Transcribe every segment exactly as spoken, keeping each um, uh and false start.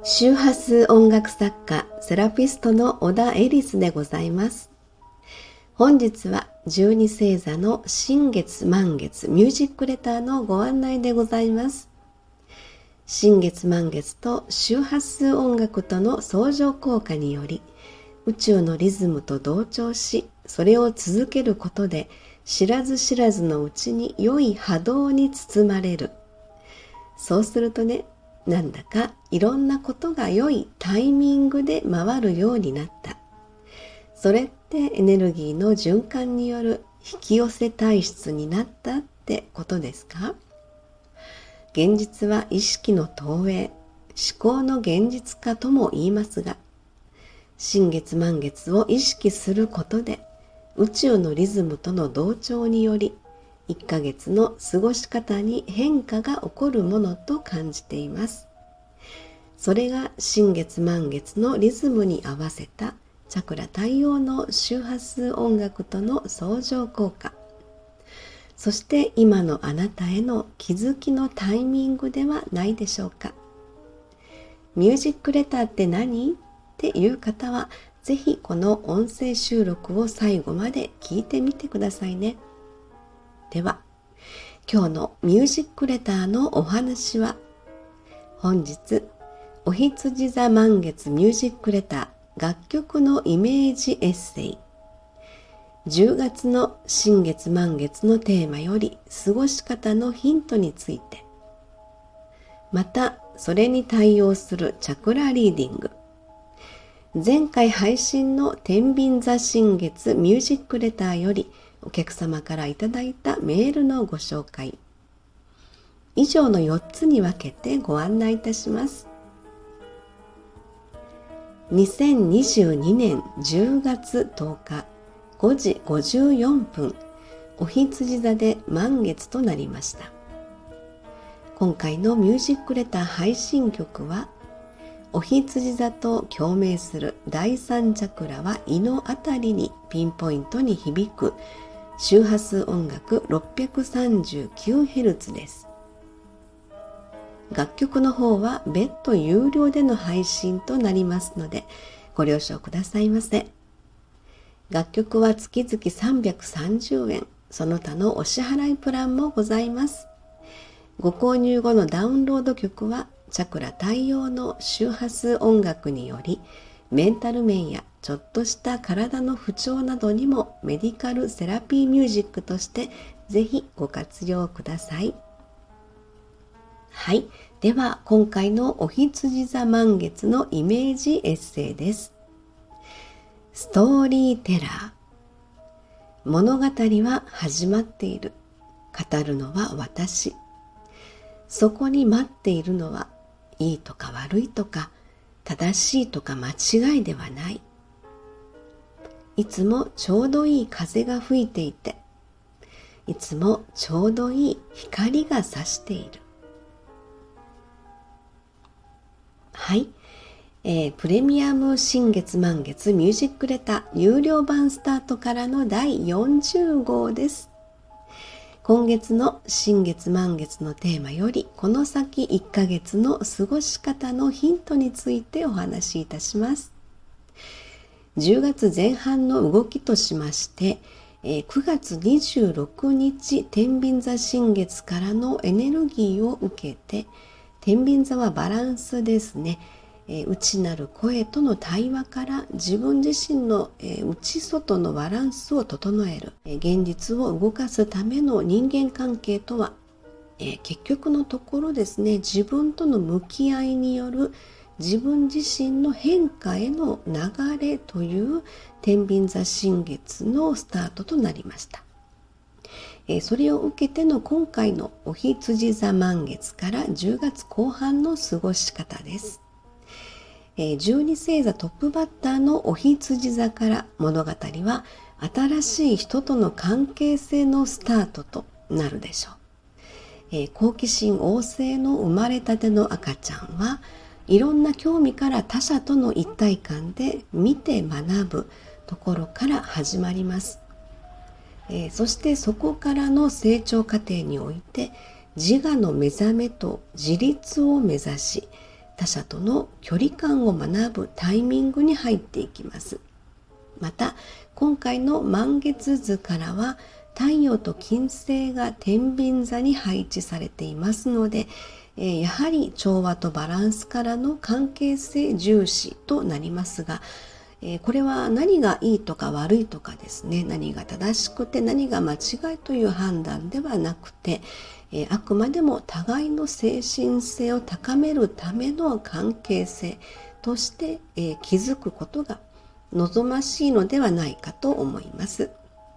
周波数音楽作家、セラピストの小田エリスでございます。本日はじゅうに星座の新月満月ミュージックレターのご案内でございます。新月満月と周波数音楽との相乗効果により、宇宙のリズムと同調し、それを続けることで知らず知らずのうちに良い波動に包まれる。そうするとね、なんだかいろんなことが良いタイミングで回るようになった。それってエネルギーの循環による引き寄せ体質になったってことですか？現実は意識の投影、思考の現実化とも言いますが、新月満月を意識することで宇宙のリズムとの同調によりいっかげつの過ごし方に変化が起こるものと感じています。それが新月満月のリズムに合わせたチャクラ対応の周波数音楽との相乗効果。そして今のあなたへの気づきのタイミングではないでしょうか。ミュージックレターって何？っていう方はぜひこの音声収録を最後まで聞いてみてくださいね。では、今日のミュージックレターのお話は、本日、お羊座満月ミュージックレター楽曲のイメージエッセイ、じゅうがつの新月満月のテーマより過ごし方のヒントについて、またそれに対応するチャクラリーディング、前回配信の天秤座新月ミュージックレターよりお客様からいただいたメールのご紹介。以上のよっつに分けてご案内いたします。にせんにじゅうにねんじゅうがつとおかごじごじゅうよんぷん、お羊座で満月となりました。今回のミュージックレター配信曲は、お羊座と共鳴するだいさんチャクラは胃のあたりにピンポイントに響く周波数音楽 ろっぴゃくさんじゅうきゅうヘルツ です。楽曲の方は別途有料での配信となりますのでご了承くださいませ。楽曲は月々さんびゃくさんじゅうえん、その他のお支払いプランもございます。ご購入後のダウンロード曲はチャクラ対応の周波数音楽によりメンタル面やちょっとした体の不調などにもメディカルセラピーミュージックとしてぜひご活用ください。はい。では今回のお羊座満月のイメージエッセイです。ストーリーテラー。物語は始まっている。語るのは私。そこに待っているのはいいとか悪いとか正しいとか間違いではない。いつもちょうどいい風が吹いていて、いつもちょうどいい光が差している。はい、えー、プレミアム新月満月ミュージックレター有料版スタートからのだいよんじゅうごうです。今月の新月満月のテーマよりこの先いっかげつの過ごし方のヒントについてお話しいたします。じゅうがつぜん半の動きとしまして、くがつにじゅうろくにち天秤座新月からのエネルギーを受けて、天秤座はバランスですね。内なる声との対話から自分自身の内外のバランスを整える。現実を動かすための人間関係とは、結局のところですね、自分との向き合いによる自分自身の変化への流れという天秤座新月のスタートとなりました。それを受けての今回のお羊座満月からじゅうがつこう半の過ごし方です。じゅうに星座トップバッターのお羊座から物語は新しい人との関係性のスタートとなるでしょう。好奇心旺盛の生まれたての赤ちゃんはいろんな興味から他者との一体感で見て学ぶところから始まります。えー、そしてそこからの成長過程において自我の目覚めと自立を目指し他者との距離感を学ぶタイミングに入っていきます。また今回の満月図からは太陽と金星が天秤座に配置されていますので、えー、やはり調和とバランスからの関係性重視となりますが、えー、これは何がいいとか悪いとかですね、何が正しくて何が間違いという判断ではなくて、えー、あくまでも互いの精神性を高めるための関係性として、えー、築くことが望ましいのではないかと思います。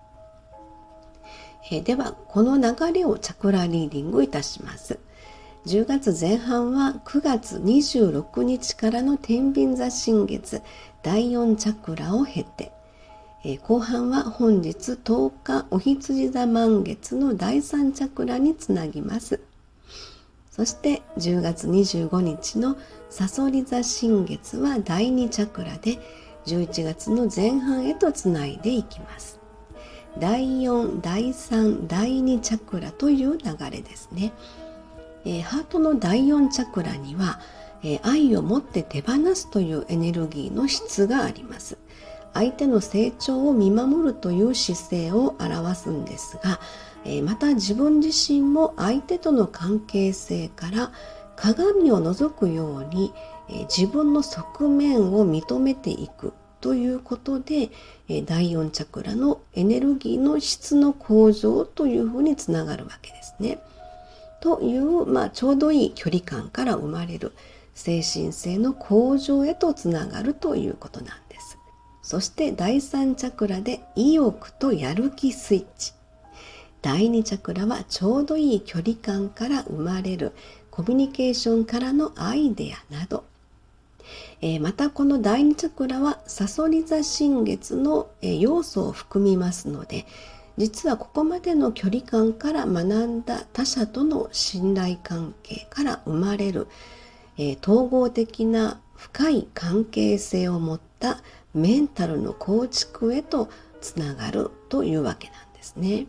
えー、ではこの流れをチャクラリーディングいたします。じゅうがつぜん半はくがつにじゅうろくにちからの天秤座新月だいよんチャクラを経て、えー、後半は本日とおかお羊座満月のだいさんチャクラにつなぎます。そしてじゅうがつにじゅうごにちのさそり座新月はだいにチャクラでじゅういちがつの前半へとつないでいきます。だいよん、だいさん、だいにチャクラという流れですね。えー、ハートのだいよんチャクラには、えー、愛を持って手放すというエネルギーの質があります。相手の成長を見守るという姿勢を表すんですが、えー、また自分自身も相手との関係性から鏡を覗くように、えー、自分の側面を認めていくということで、えー、だいよんチャクラのエネルギーの質の向上というふうにつながるわけですね。という、まあ、ちょうどいい距離感から生まれる精神性の向上へとつながるということなんです。そしてだいさんチャクラで意欲とやる気スイッチ。だいにチャクラはちょうどいい距離感から生まれるコミュニケーションからのアイデアなど、えー、またこのだいにチャクラはさそり座新月の、えー、要素を含みますので、実はここまでの距離感から学んだ他者との信頼関係から生まれる、えー、統合的な深い関係性を持ったメンタルの構築へとつながるというわけなんですね。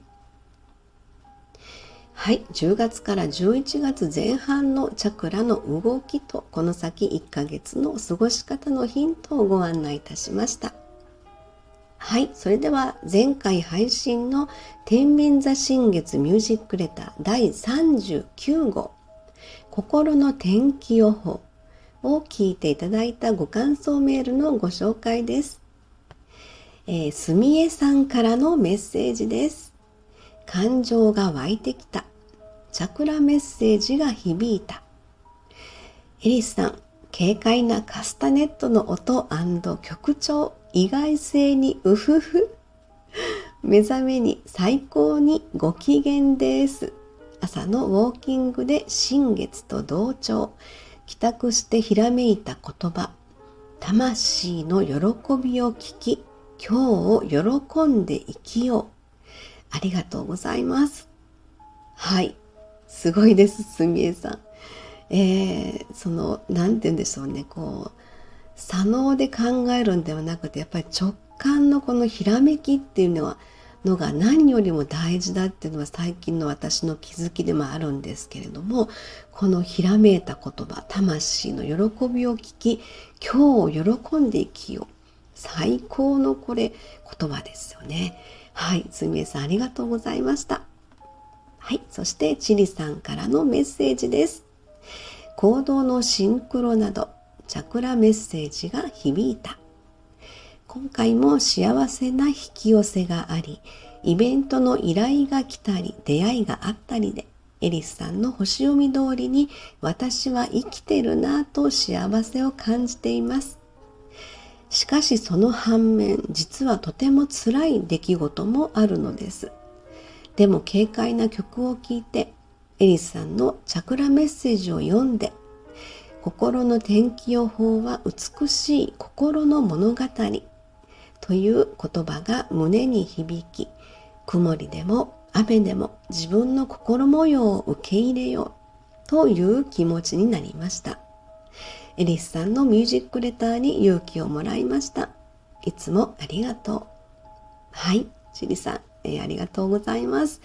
はい、じゅうがつからじゅういちがつぜん半のチャクラの動きとこの先いっかげつの過ごし方のヒントをご案内いたしました。はい、それでは前回配信の天秤座新月ミュージックレターだいさんじゅうきゅうごう心の天気予報を聞いていただいたご感想メールのご紹介です。えー、すみえさんからのメッセージです。感情が湧いてきた。チャクラメッセージが響いた。エリスさん、軽快なカスタネットの音&曲調、意外性にうふふ。目覚めに最高にご機嫌です。朝のウォーキングで新月と同調。帰宅してひらめいた言葉。魂の喜びを聞き、今日を喜んで生きよう。ありがとうございます。はい、すごいです、すみえさん。えー、その、なんて言うんでしょうね、こう、左脳で考えるんではなくて、やっぱり直感のこのひらめきっていうのは、のが何よりも大事だっていうのは最近の私の気づきでもあるんですけれども、このひらめいた言葉、魂の喜びを聞き、今日を喜んで生きよう。最高のこれ、言葉ですよね。はい、すみえさんありがとうございました。はい、そしてちりさんからのメッセージです。行動のシンクロなど、チャクラメッセージが響いた。今回も幸せな引き寄せがあり、イベントの依頼が来たり、出会いがあったりで、エリスさんの星読み通りに私は生きてるなぁと幸せを感じています。しかしその反面、実はとても辛い出来事もあるのです。でも軽快な曲を聴いて、エリスさんのチャクラメッセージを読んで、心の天気予報は美しい心の物語という言葉が胸に響き、曇りでも雨でも自分の心模様を受け入れようという気持ちになりました。エリスさんのミュージックレターに勇気をもらいました。いつもありがとう。はい、シリさん、えー、ありがとうございます。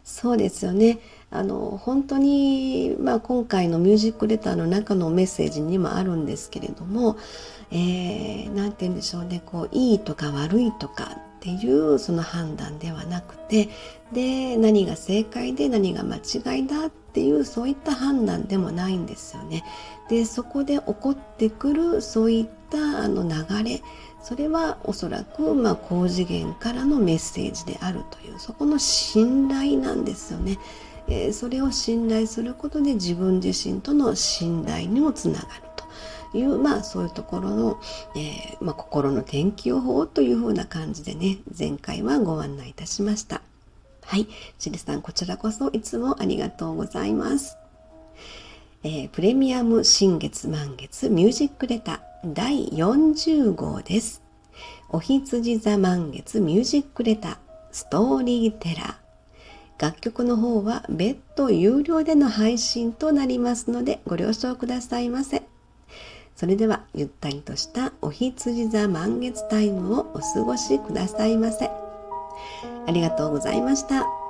そうですよね。あの本当に、まあ、今回のミュージックレターの中のメッセージにもあるんですけれども、えー、なんて言うんでしょうね、こういいとか悪いとかっていうその判断ではなくて、で何が正解で何が間違いだっていうそういった判断でもないんですよね。でそこで起こってくるそういったあの流れ、それはおそらく、まあ、高次元からのメッセージであるという、そこの信頼なんですよね。えー、それを信頼することで自分自身との信頼にもつながるという、まあ、そういうところの、えーまあ、心の天気予報というふうな感じでね、前回はご案内いたしました。はい、シリさん、こちらこそいつもありがとうございます。えー、プレミアム新月満月ミュージックレターだいよんじゅう号です。お羊座満月ミュージックレターストーリーテラー。楽曲の方は別途有料での配信となりますのでご了承くださいませ。それではゆったりとしたお羊座満月タイムをお過ごしくださいませ。ありがとうございました。